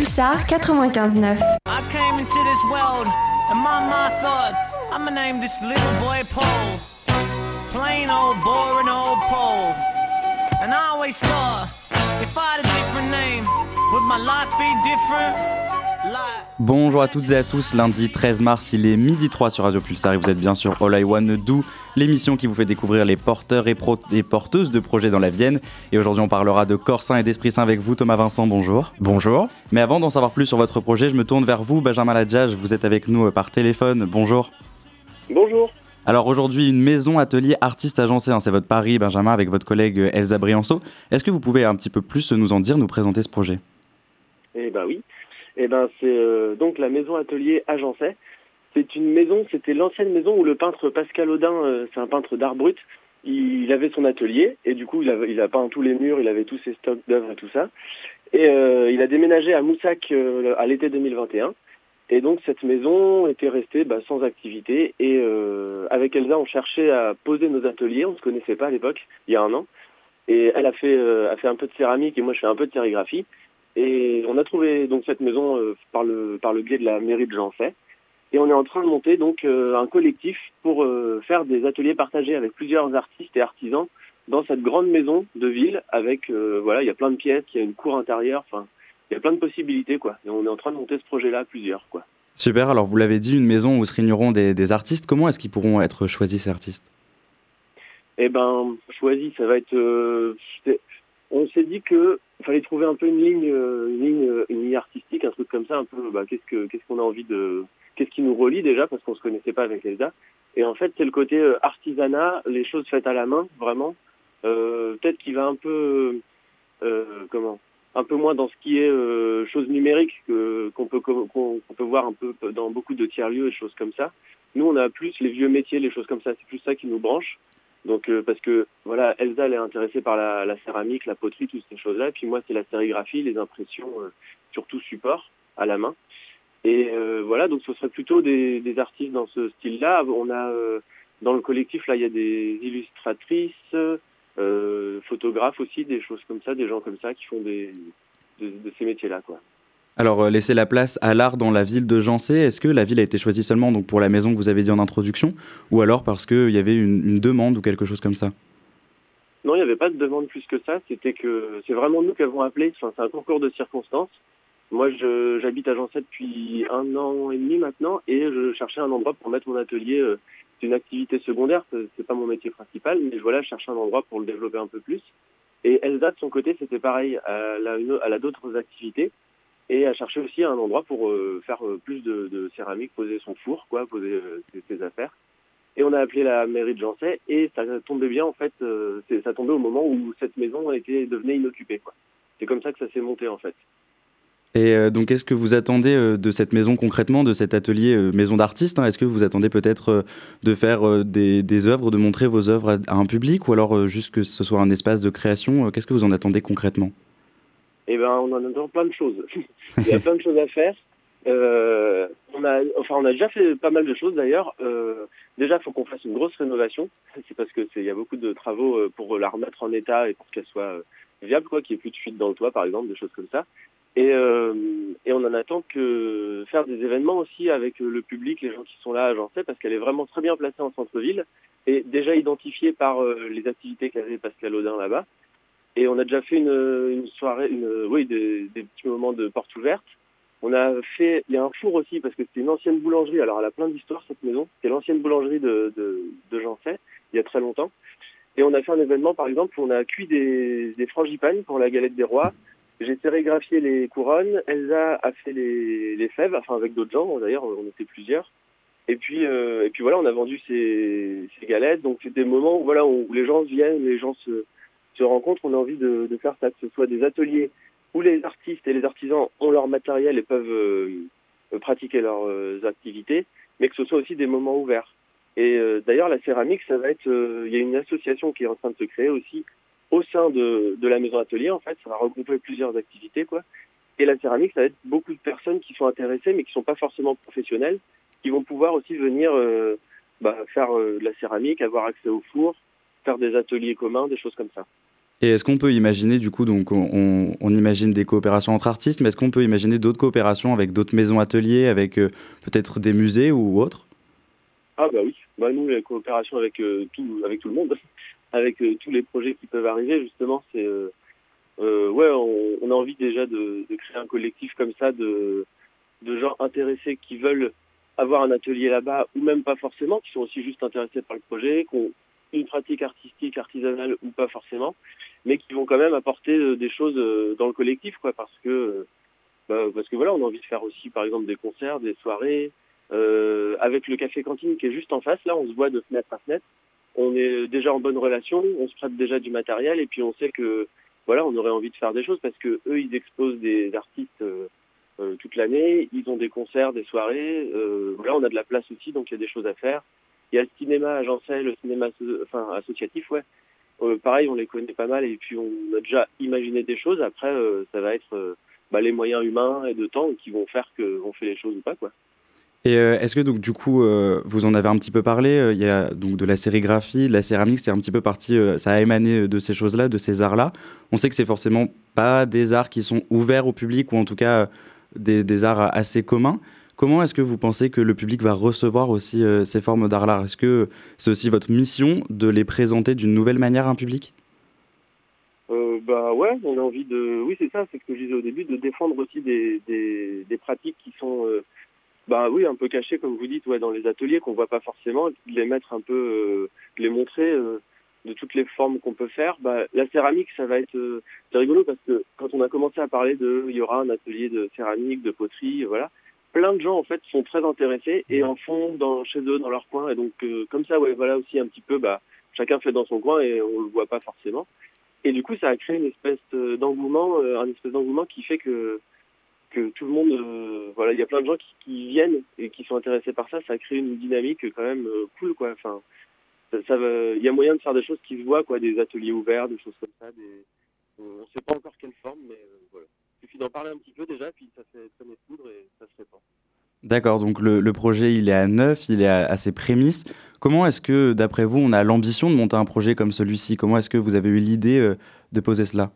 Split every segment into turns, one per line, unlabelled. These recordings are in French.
Pulsar 95.9.
I came into this world and my mom thought I'ma name this little boy Paul. Plain old boring old Paul. And I always thought if I had a different name, would my life be different?
Bonjour à toutes et à tous, lundi 13 mars, il est 12h03 sur Radio Pulsar et vous êtes bien sur All I Wanna Do, l'émission qui vous fait découvrir les porteurs et porteuses de projets dans la Vienne. Et aujourd'hui on parlera de corps sain et d'esprit sain avec vous, Thomas Vincent, bonjour.
Bonjour.
Mais avant d'en savoir plus sur votre projet, je me tourne vers vous, Benjamin Ladjage, vous êtes avec nous par téléphone, bonjour.
Bonjour.
Alors aujourd'hui, une maison atelier artiste agencée, c'est votre pari, Benjamin, avec votre collègue Elsa Brianceau. Est-ce que vous pouvez un petit peu plus nous en dire, nous présenter ce projet ?
Eh ben oui. C'est donc la maison atelier Agencet. C'est une maison, c'était l'ancienne maison où le peintre Pascal Audin, c'est un peintre d'art brut, il avait son atelier et du coup il a peint tous les murs, il avait tous ses stocks d'œuvres et tout ça. Et il a déménagé à Moussac à l'été 2021. Et donc cette maison était restée sans activité. Et avec Elsa, on cherchait à poser nos ateliers, on se connaissait pas à l'époque, il y a un an. Et elle a fait un peu de céramique et moi je fais un peu de sérigraphie. Et on a trouvé donc cette maison par le biais de la mairie de Jancet. Et on est en train de monter donc un collectif pour faire des ateliers partagés avec plusieurs artistes et artisans dans cette grande maison de ville avec il y a plein de pièces, il y a une cour intérieure, enfin il y a plein de possibilités quoi. Et on est en train de monter ce projet-là à plusieurs quoi.
Super, alors vous l'avez dit, une maison où se réuniront des artistes. Comment est-ce qu'ils pourront être choisis ces artistes ?
Choisis, ça va être on s'est dit que fallait trouver un peu une ligne artistique, un truc comme ça, un peu qu'est-ce qu'on a envie de, qu'est-ce qui nous relie déjà parce qu'on se connaissait pas avec Elsa. Et en fait c'est le côté artisanat, les choses faites à la main vraiment, peut-être qu'il va un peu un peu moins dans ce qui est choses numériques qu'on peut voir un peu dans beaucoup de tiers-lieux et choses comme ça. Nous on a plus les vieux métiers, les choses comme ça, c'est plus ça qui nous branche. Donc parce que voilà, Elsa elle est intéressée par la céramique, la poterie, toutes ces choses-là. Et puis moi c'est la sérigraphie, les impressions, surtout support à la main. Et donc ce serait plutôt des artistes dans ce style-là. On a dans le collectif là il y a des illustratrices, photographes aussi, des choses comme ça, des gens comme ça qui font de ces métiers-là quoi.
Alors, laisser la place à l'art dans la ville de Jancet, est-ce que la ville a été choisie seulement donc, pour la maison que vous avez dit en introduction, ou alors parce qu'il y avait une demande ou quelque chose comme ça ?
Non, il n'y avait pas de demande plus que ça, c'était que c'est vraiment nous qui avons appelé, c'est un concours de circonstances. Moi, j'habite à Jancet depuis 1 an et demi maintenant, et je cherchais un endroit pour mettre mon atelier. C'est une activité secondaire, c'est pas mon métier principal, mais je cherchais un endroit pour le développer un peu plus. Et Elsa, de son côté, c'était pareil, elle a d'autres activités. Et à chercher aussi un endroit pour faire plus de céramique, poser son four, poser ses affaires. Et on a appelé la mairie de Jancet et ça tombait bien en fait, ça tombait au moment où cette maison devenait inoccupée quoi. C'est comme ça que ça s'est monté en fait.
Et donc qu'est-ce que vous attendez de cette maison concrètement, de cet atelier maison d'artiste Est-ce que vous attendez peut-être de faire des œuvres, de montrer vos œuvres à un public ou alors juste que ce soit un espace de création Qu'est-ce que vous en attendez concrètement ?
On en attend plein de choses. Il y a plein de choses à faire. On a déjà fait pas mal de choses d'ailleurs. Déjà, il faut qu'on fasse une grosse rénovation. C'est parce que il y a beaucoup de travaux pour la remettre en état et pour qu'elle soit viable, qu'il n'y ait plus de fuite dans le toit, par exemple, des choses comme ça. Et on en attend que faire des événements aussi avec le public, les gens qui sont là à Jancet, parce qu'elle est vraiment très bien placée en centre-ville et déjà identifiée par les activités qu'avait Pascal Audin là-bas. Et on a déjà fait une soirée, des petits moments de porte ouverte. Il y a un four aussi parce que c'était une ancienne boulangerie. Alors elle a plein d'histoires cette maison. C'était l'ancienne boulangerie de Jancet, il y a très longtemps. Et on a fait un événement par exemple où on a cuit des frangipane pour la galette des rois. J'ai sérigraphié les couronnes. Elsa a fait les fèves, avec d'autres gens. D'ailleurs, on était plusieurs. Et puis voilà, on a vendu ces galettes. Donc c'est des moments où les gens viennent, les gens se rencontrent, on a envie de faire ça, que ce soit des ateliers où les artistes et les artisans ont leur matériel et peuvent pratiquer leurs activités, mais que ce soit aussi des moments ouverts. Et d'ailleurs, la céramique, ça va être... Il y a une association qui est en train de se créer aussi au sein de la maison atelier, en fait, ça va regrouper plusieurs activités, quoi. Et la céramique, ça va être beaucoup de personnes qui sont intéressées, mais qui ne sont pas forcément professionnelles, qui vont pouvoir aussi venir faire de la céramique, avoir accès au four, faire des ateliers communs, des choses comme ça.
Et est-ce qu'on peut imaginer, du coup, donc on imagine des coopérations entre artistes, mais est-ce qu'on peut imaginer d'autres coopérations avec d'autres maisons ateliers, avec peut-être des musées ou autres?
Ah bah oui, bah nous la coopération avec avec tout le monde, avec tous les projets qui peuvent arriver justement, c'est ouais on a envie déjà de créer un collectif comme ça de gens intéressés qui veulent avoir un atelier là-bas ou même pas forcément, qui sont aussi juste intéressés par le projet, qui ont une pratique artistique, artisanale ou pas forcément, mais qui vont quand même apporter des choses dans le collectif quoi, parce que voilà on a envie de faire aussi par exemple des concerts, des soirées. Avec le café cantine qui est juste en face, là, on se voit de fenêtre à fenêtre. On est déjà en bonne relation, on se prête déjà du matériel et puis on sait que voilà, on aurait envie de faire des choses parce que eux, ils exposent des artistes toute l'année, ils ont des concerts, des soirées. Voilà, on a de la place aussi, donc il y a des choses à faire. Il y a le cinéma agencé, le cinéma associatif, ouais. Pareil, on les connaît pas mal et puis on a déjà imaginé des choses. Après, ça va être les moyens humains et de temps qui vont faire qu'on fait les choses ou pas, quoi.
Et est-ce que donc du coup, vous en avez un petit peu parlé, il y a donc de la sérigraphie, de la céramique, c'est un petit peu parti, ça a émané de ces choses-là, de ces arts-là. On sait que c'est forcément pas des arts qui sont ouverts au public ou en tout cas des arts assez communs. Comment est-ce que vous pensez que le public va recevoir aussi ces formes d'art-là? Est-ce que c'est aussi votre mission de les présenter d'une nouvelle manière à un public?
Bah ouais, on a envie oui c'est ça, c'est ce que je disais au début, de défendre aussi des pratiques qui sont bah oui, un peu cachés, comme vous dites, ouais, dans les ateliers qu'on voit pas forcément, et puis de les mettre un peu, de les montrer de toutes les formes qu'on peut faire. Bah, la céramique, ça va être, c'est rigolo parce que quand on a commencé à parler il y aura un atelier de céramique, de poterie, voilà, plein de gens en fait sont très intéressés et en font chez eux, dans leur coin, et donc comme ça, ouais, voilà aussi un petit peu, bah, chacun fait dans son coin et on le voit pas forcément. Et du coup, ça a créé une espèce d'engouement, un espèce d'engouement qui fait que tout le monde, voilà, il y a plein de gens qui viennent et qui sont intéressés par ça. Ça crée une dynamique quand même cool, quoi. Enfin, il y a moyen de faire des choses qui se voient, quoi, des ateliers ouverts, des choses comme ça. On sait pas encore quelle forme, mais voilà. Il suffit d'en parler un petit peu déjà, puis ça fait traîner de poudre et ça se répand.
D'accord, donc le projet, il est à neuf, il est à ses prémices. Comment est-ce que, d'après vous, on a l'ambition de monter un projet comme celui-ci? Comment est-ce que vous avez eu l'idée de poser cela?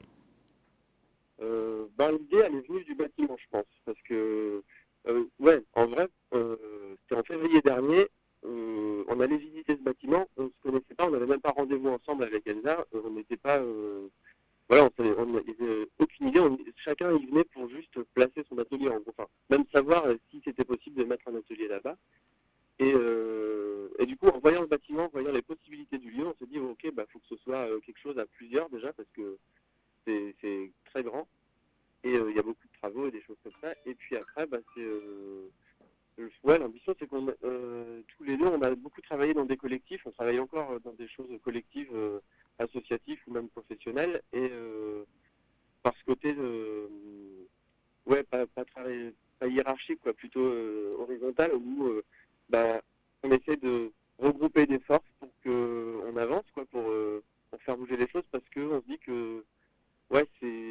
L'idée, elle est venue du bâtiment, je pense, parce que, ouais, en vrai, c'était en février dernier, on allait visiter ce bâtiment, on se connaissait pas, on n'avait même pas rendez-vous ensemble avec Elsa, on n'était pas, voilà, on n'avait aucune idée, chacun y venait pour juste placer son atelier, en gros, enfin, même savoir si c'était possible de mettre un atelier là-bas. Et du coup, en voyant le bâtiment, en voyant les possibilités du lieu, on s'est dit, ok, bah, faut que ce soit quelque chose à plusieurs déjà, parce que c'est très grand. Et il y a beaucoup de travaux et des choses comme ça. Et puis après, bah, ouais, l'ambition, c'est qu'on tous les deux, on a beaucoup travaillé dans des collectifs. On travaille encore dans des choses collectives, associatives ou même professionnelles. Et par ce côté, ouais, pas hiérarchique, quoi, plutôt horizontal, où bah, on essaie de regrouper des forces pour qu'on avance, quoi, pour faire bouger les choses, parce qu'on se dit que, ouais,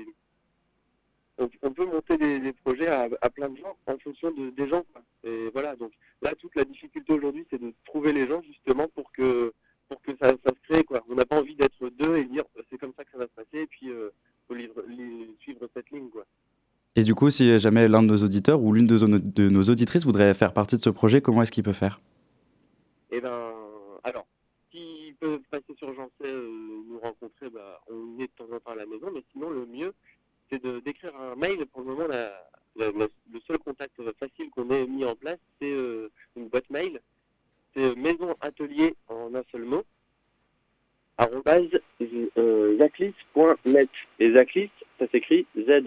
on peut monter des projets à plein de gens en fonction des gens, quoi. Et voilà, donc là, toute la difficulté aujourd'hui, c'est de trouver les gens justement pour que ça se crée, quoi. On n'a pas envie d'être deux et dire c'est comme ça que ça va se passer, et puis faut suivre cette ligne, quoi.
Et du coup, si jamais l'un de nos auditeurs ou l'une de nos auditrices voudrait faire partie de ce projet, comment est-ce qu'il peut faire?
Eh ben, alors, s'ils peuvent passer sur Jancet, nous rencontrer, bah, on est de temps en temps à la maison, mais sinon, le mieux, c'est d'écrire un mail. Pour le moment, le seul contact facile qu'on ait mis en place, c'est une boîte mail. C'est maison atelier en un seul mot, @zaclis.net. Et Zaclis, ça s'écrit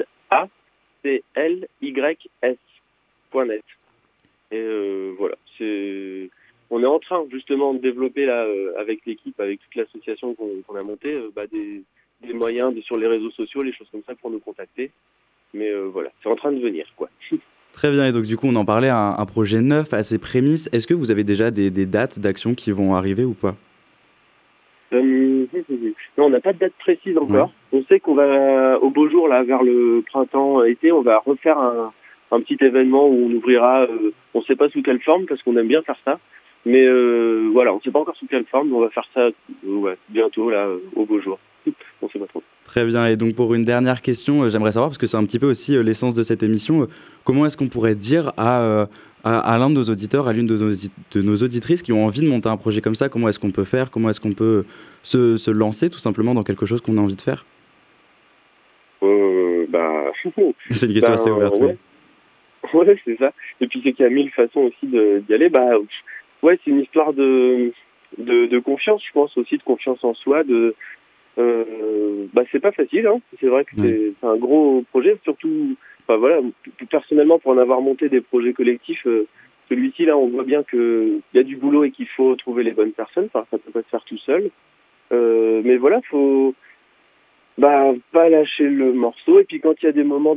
ZACLYS.net. Et voilà, on est en train justement de développer là, avec l'équipe, avec toute l'association qu'on a montée, des moyens sur les réseaux sociaux, les choses comme ça pour nous contacter. Mais voilà, c'est en train de venir, quoi.
Très bien, et donc du coup on en parlait, un projet neuf à ses prémices. Est-ce que vous avez déjà des dates d'action qui vont arriver ou pas?
Non, on n'a pas de date précise encore. Ouais. On sait qu'on va, au beau jour, là, vers le printemps-été, on va refaire un petit événement où on ouvrira, on ne sait pas sous quelle forme, parce qu'on aime bien faire ça. Mais voilà, on ne sait pas encore sous quelle forme, mais on va faire ça bientôt, là, au beau jour. On ne sait pas trop.
Très bien, et donc pour une dernière question, j'aimerais savoir, parce que c'est un petit peu aussi l'essence de cette émission, comment est-ce qu'on pourrait dire à l'un de nos auditeurs, à l'une de nos auditrices qui ont envie de monter un projet comme ça, comment est-ce qu'on peut faire, comment est-ce qu'on peut se lancer tout simplement dans quelque chose qu'on a envie de faire?
C'est
une question assez ouverte.
Ouais. Ouais, c'est ça. Et puis c'est qu'il y a 1000 façons aussi d'y aller. Ouais, c'est une histoire de confiance, je pense aussi, de confiance en soi. C'est pas facile, hein. C'est vrai que c'est un gros projet, surtout. Personnellement, pour en avoir monté des projets collectifs, celui-ci là, on voit bien qu'il y a du boulot et qu'il faut trouver les bonnes personnes. Enfin, ça peut pas se faire tout seul. Mais voilà, faut pas lâcher le morceau. Et puis quand il y a des moments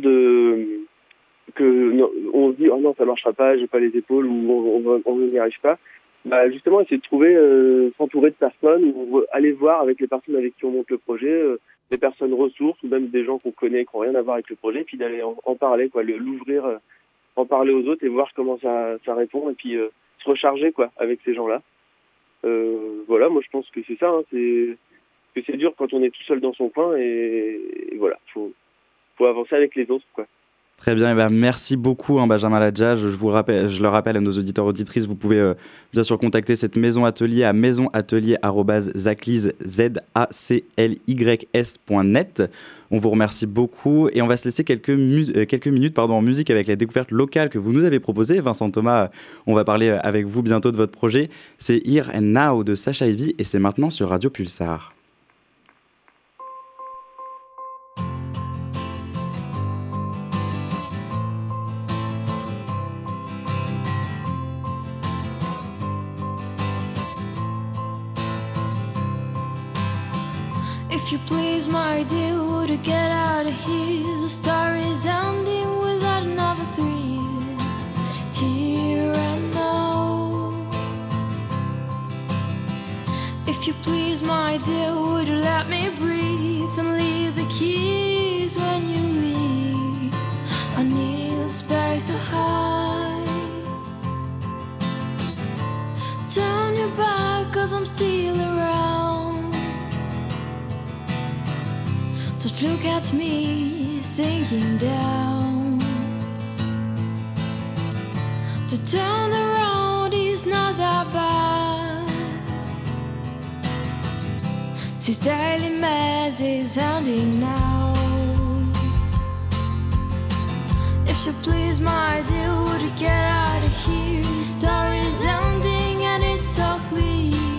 on se dit oh non, ça marchera pas, j'ai pas les épaules, ou on n'y arrive pas, justement essayer de trouver, s'entourer de personnes, ou aller voir avec les personnes avec qui on monte le projet, des personnes ressources, ou même des gens qu'on connaît qui n'ont rien à voir avec le projet, puis d'aller en parler, quoi, l'ouvrir, en parler aux autres et voir comment ça répond, et puis se recharger, quoi, avec ces gens-là. Voilà, moi je pense que c'est ça, hein, c'est dur quand on est tout seul dans son coin, et voilà, faut avancer avec les autres, quoi.
Très bien, merci beaucoup Benjamin Ladja. Je le rappelle à nos auditeurs auditrices, vous pouvez bien sûr contacter cette maison atelier à maisonatelier@zaclys.net. On vous remercie beaucoup et on va se laisser quelques minutes en musique avec la découverte locale que vous nous avez proposée. Vincent Thomas, on va parler avec vous bientôt de votre projet. C'est Here and Now de Sacha Ivy et c'est maintenant sur Radio Pulsar.
If you please, my dear, would you get out of here? The story is ending without another thrill. Here and now. If you please, my dear, would you let me breathe and leave the keys when you leave? I need space to hide. Turn your back, 'cause I'm still around. Just look at me sinking down. To turn around is not that bad. This daily mess is ending now. If you please, my dear, would you get out of here? The story is ending and it's so clear.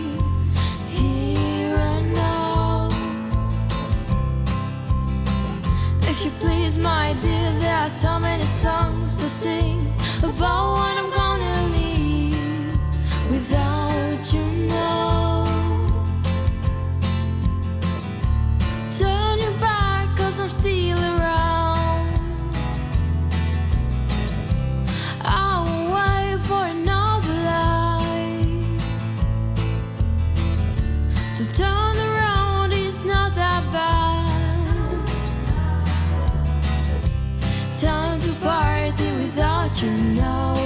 If you please, my dear, there are so many songs to sing about when I'm gonna leave without you now. Turn your back, 'cause I'm still around. I won't wait for another life. To turn around is not that bad. Time to party without you now.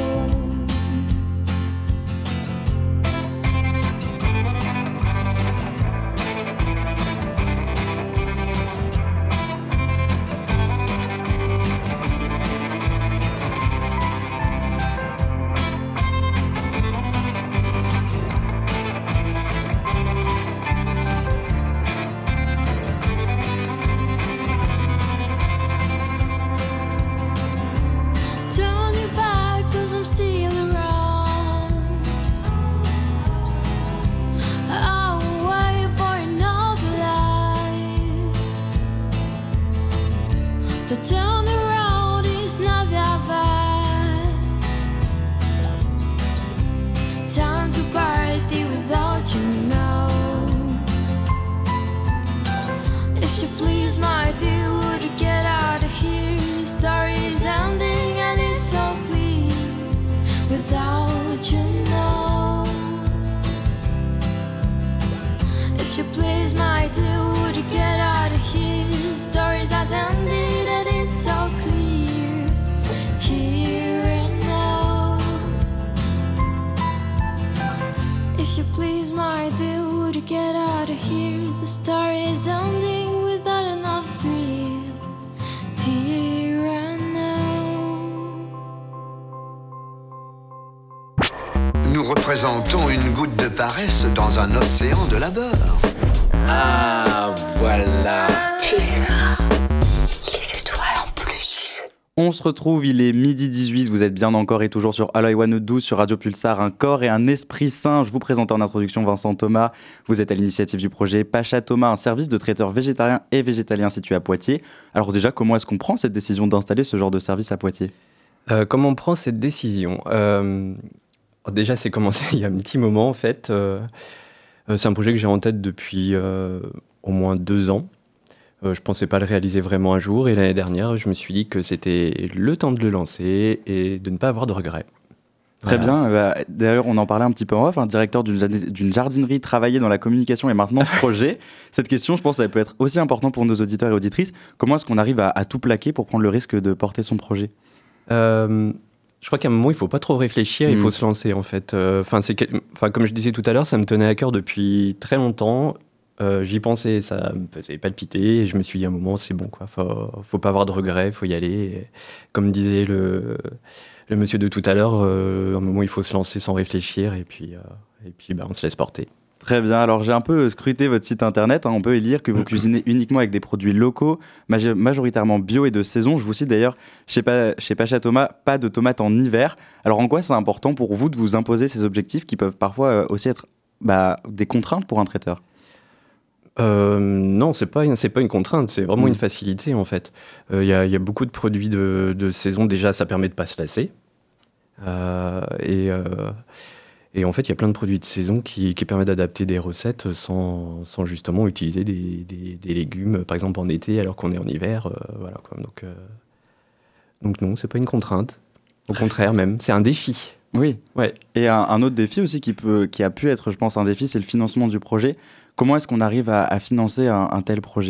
To turn around is not that bad. Time to party without you now. If you please, my dear, would you get out of here? The story is ending and it's so clear without you now. If you please, my dear, would you get out of here? The story has ended and it's so clear
représentons une goutte de paresse dans un océan de labeur.
Ah, voilà.
Pulsar, les étoiles en plus.
On se retrouve, il est 12h18, vous êtes bien encore et toujours sur All I Wanna Do sur Radio Pulsar, un corps et un esprit sain. Je vous présente en introduction Vincent Thomas, vous êtes à l'initiative du projet Pacha Thomas, un service de traiteur végétarien et végétalien situé à Poitiers. Alors déjà, comment est-ce qu'on prend cette décision d'installer ce genre de service à Poitiers ?
Comment on prend cette décision ? Déjà, c'est commencé il y a un petit moment en fait. C'est un projet que j'ai en tête depuis au moins 2 ans. Je ne pensais pas le réaliser vraiment un jour et l'année dernière, je me suis dit que c'était le temps de le lancer et de ne pas avoir de regrets.
Très bien, d'ailleurs on en parlait un petit peu en off, un directeur d'une jardinerie travaillé dans la communication et maintenant ce projet. Cette question, je pense, elle peut être aussi importante pour nos auditeurs et auditrices. Comment est-ce qu'on arrive à tout plaquer pour prendre le risque de porter son projet ?
Je crois qu'à un moment, il ne faut pas trop réfléchir, il faut se lancer en fait. Comme je disais tout à l'heure, ça me tenait à cœur depuis très longtemps. J'y pensais, ça me faisait palpiter et je me suis dit à un moment, c'est bon, quoi. Faut pas avoir de regrets, faut y aller. Et comme disait le monsieur de tout à l'heure, à un moment, il faut se lancer sans réfléchir et puis on se laisse porter.
Très bien, alors j'ai un peu scruté votre site internet, on peut y lire que vous cuisinez uniquement avec des produits locaux, majoritairement bio et de saison. Je vous cite d'ailleurs, chez Pacha Thomas, pas de tomates en hiver. Alors en quoi c'est important pour vous de vous imposer ces objectifs qui peuvent parfois aussi être des contraintes pour un traiteur ?
Non, c'est pas une contrainte, c'est vraiment une facilité en fait. Il y a beaucoup de produits de saison, déjà ça permet de pas se lasser. Et en fait, il y a plein de produits de saison qui permettent d'adapter des recettes sans justement utiliser des légumes, par exemple en été alors qu'on est en hiver. Voilà, quoi. Donc non, c'est pas une contrainte. Au contraire même, c'est un défi.
Oui.
Ouais.
Et un autre défi aussi qui a pu être, je pense, un défi, c'est le financement du projet. Comment est-ce qu'on arrive à financer un tel projet ?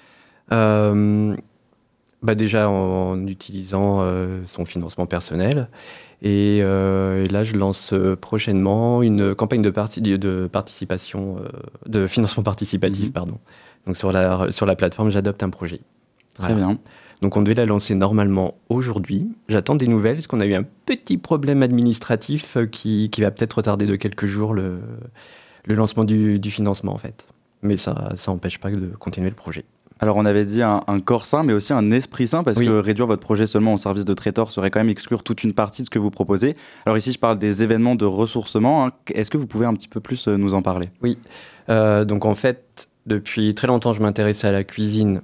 Déjà en utilisant son financement personnel. Et là, je lance prochainement une campagne de participation, de financement participatif, pardon. Donc sur la plateforme J'adopte un projet.
Très bien.
Donc on devait la lancer normalement aujourd'hui. J'attends des nouvelles parce qu'on a eu un petit problème administratif qui va peut-être retarder de quelques jours le lancement du financement en fait. Mais ça n'empêche pas de continuer le projet.
Alors on avait dit un corps sain, mais aussi un esprit sain, parce que réduire votre projet seulement au service de traiteur serait quand même exclure toute une partie de ce que vous proposez. Alors ici, je parle des événements de ressourcement. Est-ce que vous pouvez un petit peu plus nous en parler ?
Oui. Donc en fait, depuis très longtemps, je m'intéressais à la cuisine,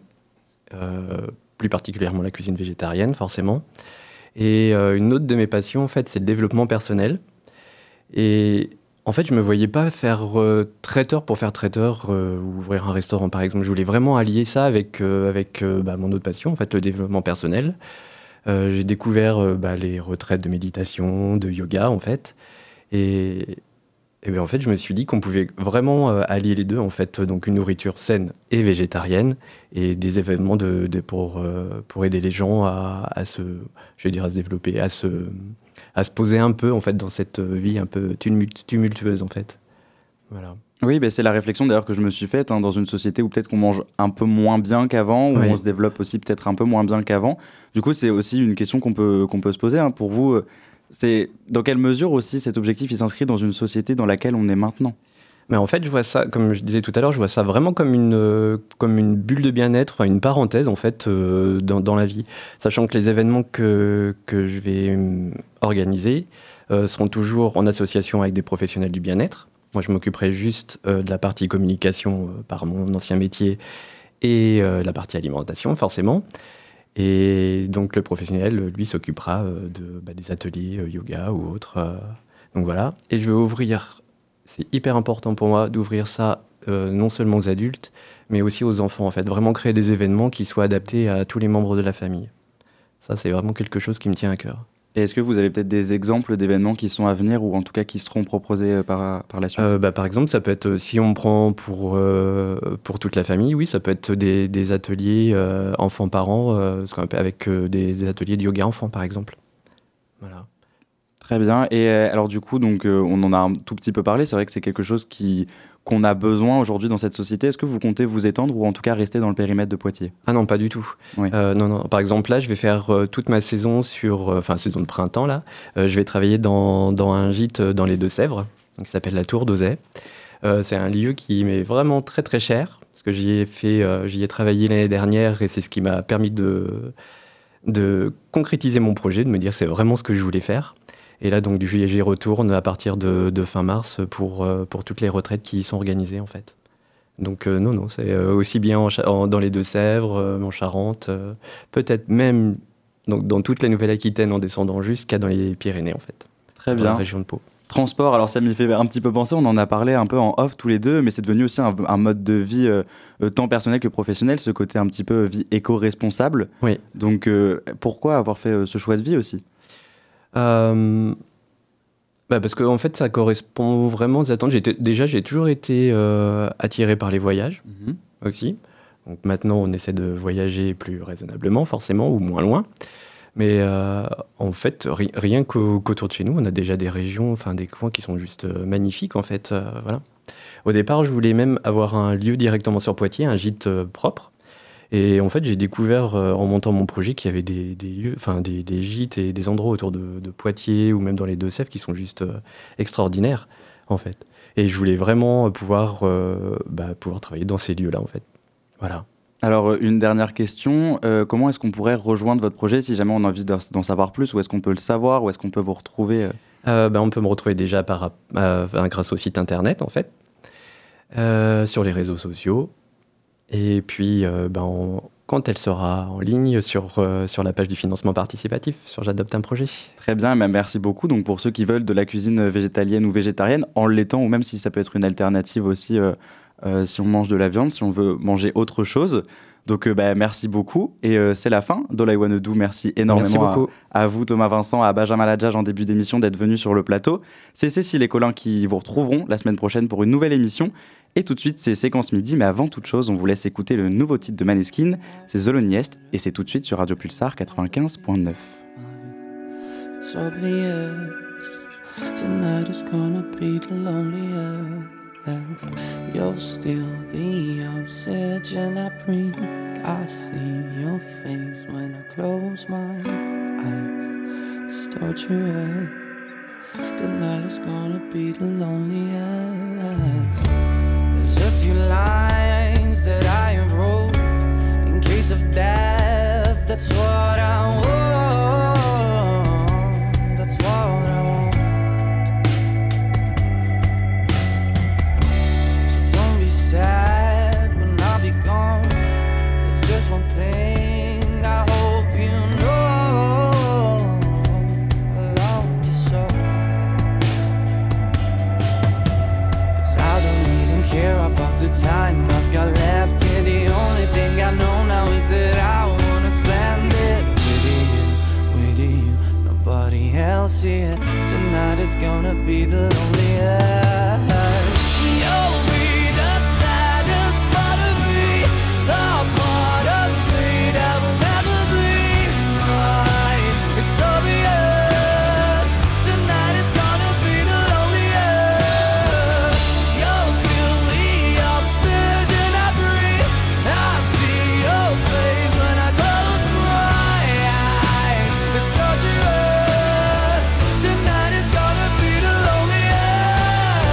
plus particulièrement la cuisine végétarienne, forcément. Et une autre de mes passions, en fait, c'est le développement personnel. Et en fait, je ne me voyais pas faire traiteur pour faire traiteur ou ouvrir un restaurant, par exemple. Je voulais vraiment allier ça avec mon autre passion, en fait, le développement personnel. J'ai découvert les retraites de méditation, de yoga, en fait. Et en fait, je me suis dit qu'on pouvait vraiment allier les deux, en fait. Donc, une nourriture saine et végétarienne et des événements pour aider les gens à se développer, à se poser un peu en fait dans cette vie un peu tumultueuse en fait. Voilà.
Oui, c'est la réflexion d'ailleurs que je me suis faite dans une société où peut-être qu'on mange un peu moins bien qu'avant, où on se développe aussi peut-être un peu moins bien qu'avant. Du coup, c'est aussi une question qu'on peut se poser. Pour vous, c'est dans quelle mesure aussi cet objectif il s'inscrit dans une société dans laquelle on est maintenant ?
Mais en fait, je vois ça, comme je disais tout à l'heure, je vois ça vraiment comme une bulle de bien-être, une parenthèse en fait dans la vie. Sachant que les événements que je vais organiser seront toujours en association avec des professionnels du bien-être. Moi, je m'occuperai juste de la partie communication par mon ancien métier et la partie alimentation, forcément. Et donc, le professionnel, lui, s'occupera des ateliers yoga ou autres. Donc voilà. Et je veux ouvrir... C'est hyper important pour moi d'ouvrir ça non seulement aux adultes, mais aussi aux enfants. En fait, vraiment créer des événements qui soient adaptés à tous les membres de la famille. Ça, c'est vraiment quelque chose qui me tient à cœur.
Et est-ce que vous avez peut-être des exemples d'événements qui sont à venir ou en tout cas qui seront proposés par la suite ?
Par exemple, ça peut être, si on prend pour toute la famille, oui, ça peut être des ateliers enfants-parents, avec des ateliers de yoga enfants, par exemple. Voilà.
Très bien. Et alors du coup, on en a un tout petit peu parlé. C'est vrai que c'est quelque chose qu'on a besoin aujourd'hui dans cette société. Est-ce que vous comptez vous étendre ou en tout cas rester dans le périmètre de Poitiers ?
Ah non, pas du tout.
Oui.
Non. Par exemple, là, je vais faire toute ma saison saison de printemps, là. Je vais travailler dans un gîte dans les Deux-Sèvres, qui s'appelle la Tour d'Auzay. C'est un lieu qui m'est vraiment très très cher, parce que j'y ai travaillé l'année dernière et c'est ce qui m'a permis de concrétiser mon projet, de me dire que c'est vraiment ce que je voulais faire. Et là, donc, j'y retourne à partir de fin mars pour toutes les retraites qui y sont organisées, en fait. Donc, non, c'est aussi bien dans les Deux-Sèvres, en Charente, peut-être même dans toute la Nouvelle-Aquitaine en descendant jusqu'à dans les Pyrénées, en fait.
Très bien.
Dans la région de Pau.
Transport, alors ça m'y fait un petit peu penser, on en a parlé un peu en off tous les deux, mais c'est devenu aussi un mode de vie tant personnel que professionnel, ce côté un petit peu vie éco-responsable.
Oui.
Donc pourquoi avoir fait ce choix de vie aussi ?
Parce que en fait, ça correspond vraiment aux attentes. J'ai toujours été attiré par les voyages aussi. Donc maintenant, on essaie de voyager plus raisonnablement, forcément, ou moins loin. Mais en fait, rien qu'autour de chez nous, on a déjà des régions, des coins qui sont juste magnifiques, en fait. Voilà. Au départ, je voulais même avoir un lieu directement sur Poitiers, un gîte propre. Et en fait, j'ai découvert, en montant mon projet, qu'il y avait des lieux, des gîtes et des endroits autour de Poitiers ou même dans les Deux-Sèvres qui sont juste extraordinaires, en fait. Et je voulais vraiment pouvoir travailler dans ces lieux-là, en fait. Voilà.
Alors, une dernière question. Comment est-ce qu'on pourrait rejoindre votre projet si jamais on a envie d'en savoir plus ? Où est-ce qu'on peut le savoir ? Où est-ce qu'on peut vous retrouver ?
On peut me retrouver déjà grâce au site internet, en fait, sur les réseaux sociaux. Et puis, quand elle sera en ligne sur la page du financement participatif, sur J'adopte un projet.
Très bien, merci beaucoup. Donc, pour ceux qui veulent de la cuisine végétalienne ou végétarienne, en l'étant, ou même si ça peut être une alternative aussi... si on mange de la viande, si on veut manger autre chose. Donc merci beaucoup. Et c'est la fin d'All I Wanna Do. Merci énormément à vous, Thomas Vincent, à Benjamin Ladjage en début d'émission d'être venus sur le plateau. C'est Cécile et Colin qui vous retrouveront la semaine prochaine pour une nouvelle émission. Et tout de suite, c'est Séquence Midi. Mais avant toute chose, on vous laisse écouter le nouveau titre de Maneskin. C'est Zoloni Est et c'est tout de suite sur Radio Pulsar 95.9.
It's obvious tonight is gonna be the loneliest. You're still the oxygen I breathe. I see your face when I close my eyes. It's torture. Tonight is gonna be the loneliest. There's a few lines that I have wrote in case of death. That's what I want. That's what I want. Sad when I'll be gone. There's just one thing I hope you know. I love you so. 'Cause I don't even care about the time I've got left here. The only thing I know now is that I wanna spend it with you, nobody else here. Tonight is gonna be the loneliest.
Tonight is gonna be the loneliest.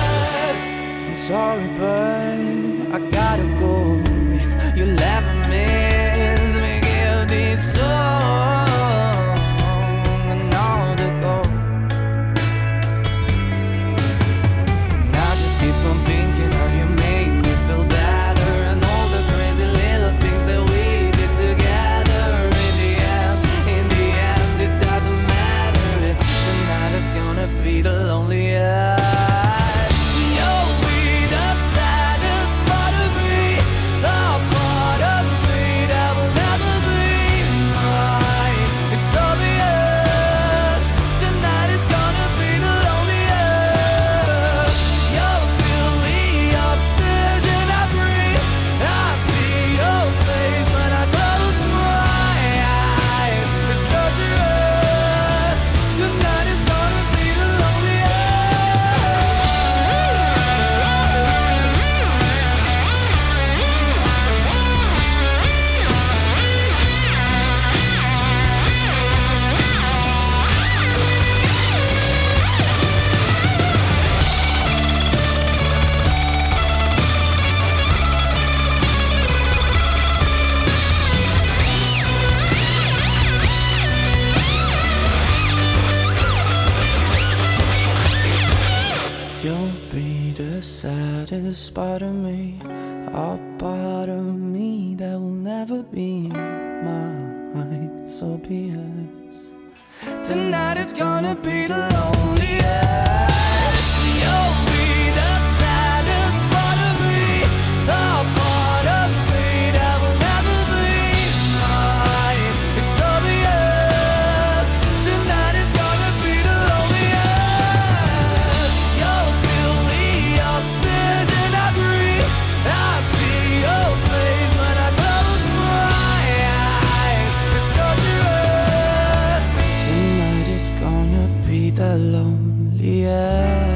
so be it. Tonight is gonna be the loneliest. You'll be the saddest part of me, a part of me that will never be mine. It's obvious. Tonight is gonna be the loneliest. You're still the oxygen I breathe. I see your face when I close my eyes. It's torturous. Tonight is gonna be the loneliest.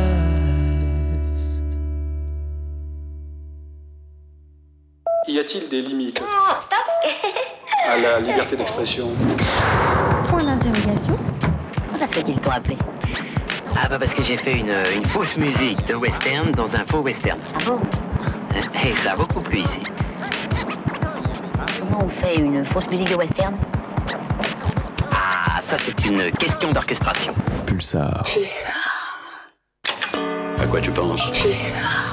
Y a-t-il des limites à la liberté d'expression?
Point d'interrogation.
Comment ça se fait qu'ils t'ont appelé? Ah bah parce que j'ai fait une fausse musique de western dans un faux western. Ah bon? Et ça a beaucoup plu ici. Comment on fait une fausse musique de western? Ah, ça c'est une question d'orchestration.
Pulsar.
Pulsar.
À quoi tu penses?
Pulsar.